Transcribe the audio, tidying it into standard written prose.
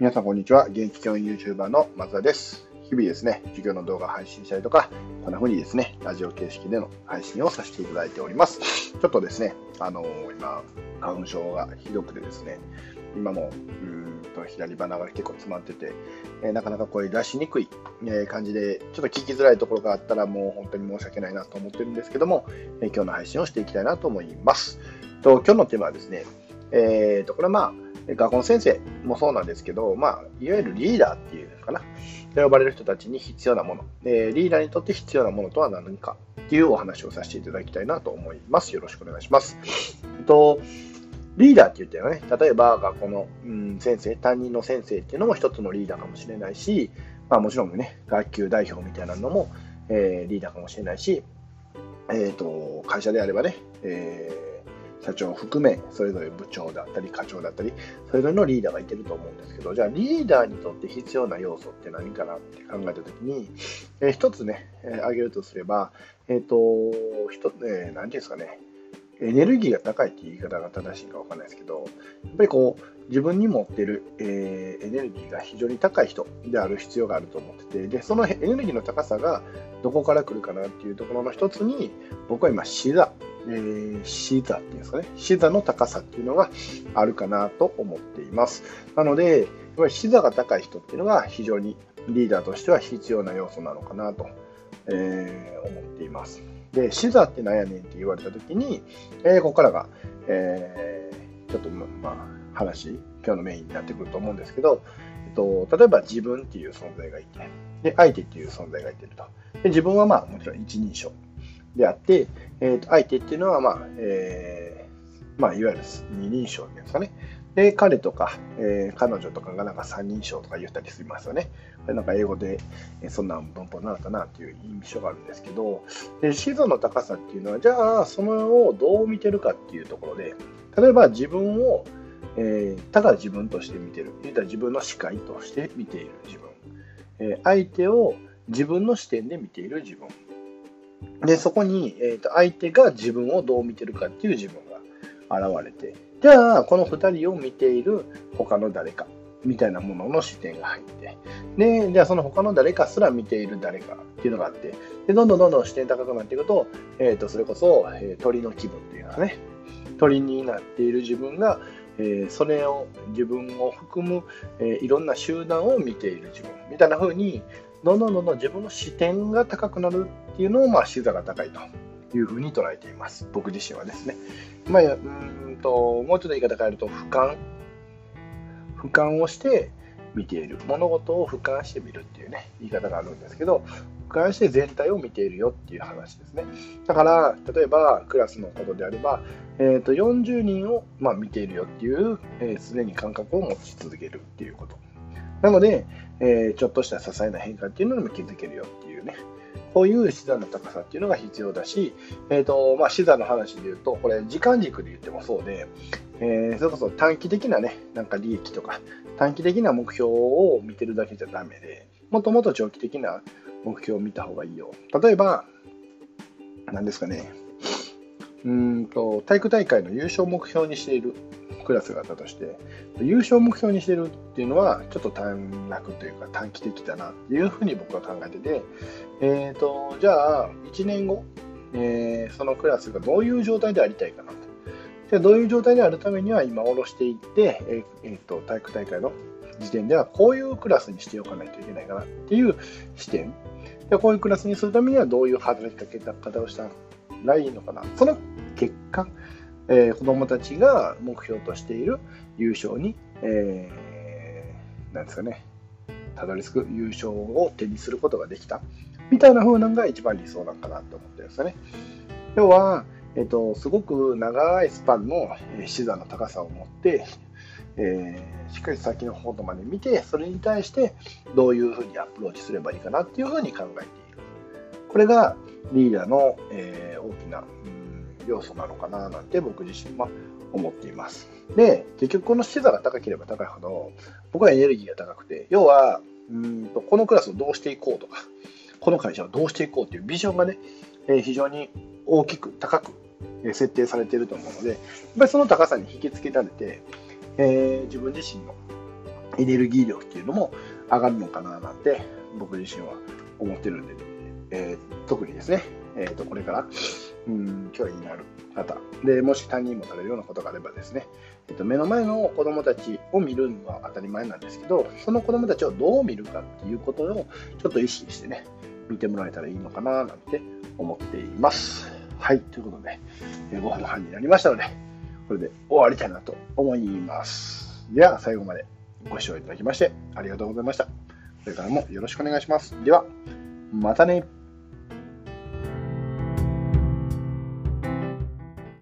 皆さんこんにちは。現役教員 YouTuber の松田です。日々ですね、授業の動画を配信したりとか、こんな風にですね、ラジオ形式での配信をさせていただいております。ちょっとですね、今、花粉症がひどくてですね、今も左鼻が結構詰まってて、なかなか声出しにくい感じで、ちょっと聞きづらいところがあったらもう本当に申し訳ないなと思ってるんですけども、今日の配信をしていきたいなと思います。今日のテーマはですね、これは学校の先生もそうなんですけど、いわゆるリーダーっていうのかな、呼ばれる人たちに必要なもの、リーダーにとって必要なものとは何かっていうお話をさせていただきたいなと思います。よろしくお願いします。リーダーって言ってるのはね、例えば学校の、先生、担任の先生っていうのも一つのリーダーかもしれないし、もちろんね、学級代表みたいなのも、リーダーかもしれないし、会社であればね、社長を含め、それぞれ部長だったり課長だったり、それぞれのリーダーがいてると思うんですけど、じゃあリーダーにとって必要な要素って何かなって考えたときに、一つね、挙げるとすれば、何ていうんですかね、エネルギーが高いっていう言い方が正しいかわかんないですけど、やっぱり自分に持ってる、エネルギーが非常に高い人である必要があると思ってて、で、そのエネルギーの高さがどこから来るかなっていうところの一つに、僕は今、視座っていうんですかね、視座の高さっていうのがあるかなと思っています。なので、やっぱり視座が高い人っていうのが非常にリーダーとしては必要な要素なのかなと、思っています。で、視座って何やねんって言われたときに、ここからが、ちょっと話、今日のメインになってくると思うんですけど、例えば自分っていう存在がいて、で、相手っていう存在がいてると。で、自分はもちろん一人称であって、相手っていうのは、いわゆる二人称っていうんですかね。で、彼とか、彼女とかがなんか三人称とか言ったりしますよね。これなんか英語でそんな文法習ったなっていう印象があるんですけど、で、視座の高さっていうのは、じゃあ、そのをどう見てるかっていうところで、例えば自分を、ただ自分として見てる。言ったら自分の視界として見ている自分。相手を自分の視点で見ている自分。で、そこに、相手が自分をどう見てるかっていう自分が現れて、じゃあ、この2人を見ている他の誰かみたいなものの視点が入って、で、じゃあその他の誰かすら見ている誰かっていうのがあって、で、どんどん視点高くなっていくと、それこそ、鳥の気分っていうのはね、鳥になっている自分が、それを自分を含む、いろんな集団を見ている自分みたいな風に、どんどん自分の視点が高くなるっていうのを、視座が高いというふうに捉えています。僕自身はですね。もうちょっと言い方変えると、俯瞰をして見ている。物事を俯瞰して見るっていうね、言い方があるんですけど、俯瞰して全体を見ているよっていう話ですね。だから、例えばクラスのことであれば、40人を、見ているよっていう、常に感覚を持ち続けるっていうこと。なので、ちょっとした些細な変化っていうのにも気づけるよっていうね、こういう視座の高さっていうのが必要だし、視座の話で言うと、これ時間軸で言ってもそうで、それこそ短期的なね、なんか利益とか、短期的な目標を見てるだけじゃダメで、もっともっと長期的な目標を見た方がいいよ。例えば、何ですかね、体育大会の優勝目標にしているクラスがあったとして、優勝目標にしてるっていうのはちょっと短絡というか短期的だなっていうふうに僕は考えてて、じゃあ1年後、そのクラスがどういう状態でありたいかなと。じゃあどういう状態であるためには今下ろしていって、体育大会の時点ではこういうクラスにしておかないといけないかなっていう視点。でこういうクラスにするためにはどういう働きかけ方をしたらいいのかな。その結果、子どもたちが目標としている優勝に、なんですかね、たどり着く優勝を手にすることができたみたいな風なのが一番理想なんかなと思ってるんですよね。要は、すごく長いスパンの視座の高さを持って、しっかり先の方まで見て、それに対してどういうふうにアプローチすればいいかなっていうふうに考えている。これがリーダーの、大きな要素なのかななんて僕自身は思っています。で、結局この視座が高ければ高いほど、僕はエネルギーが高くて、要はこのクラスをどうしていこうとか、この会社をどうしていこうというビジョンがね、非常に大きく高く設定されていると思うので、やっぱりその高さに引きつけられて、自分自身のエネルギー量っていうのも上がるのかななんて僕自身は思ってるんで、特にですね、これから興味になる方で、もし他人もされるようなことがあればですね、目の前の子どもたちを見るのは当たり前なんですけど、その子どもたちをどう見るかっていうことをちょっと意識してね、見てもらえたらいいのかななんて思っています。はい、ということで、5分半になりましたので、これで終わりたいなと思います。では、最後までご視聴いただきましてありがとうございました。これからもよろしくお願いします。では、またね。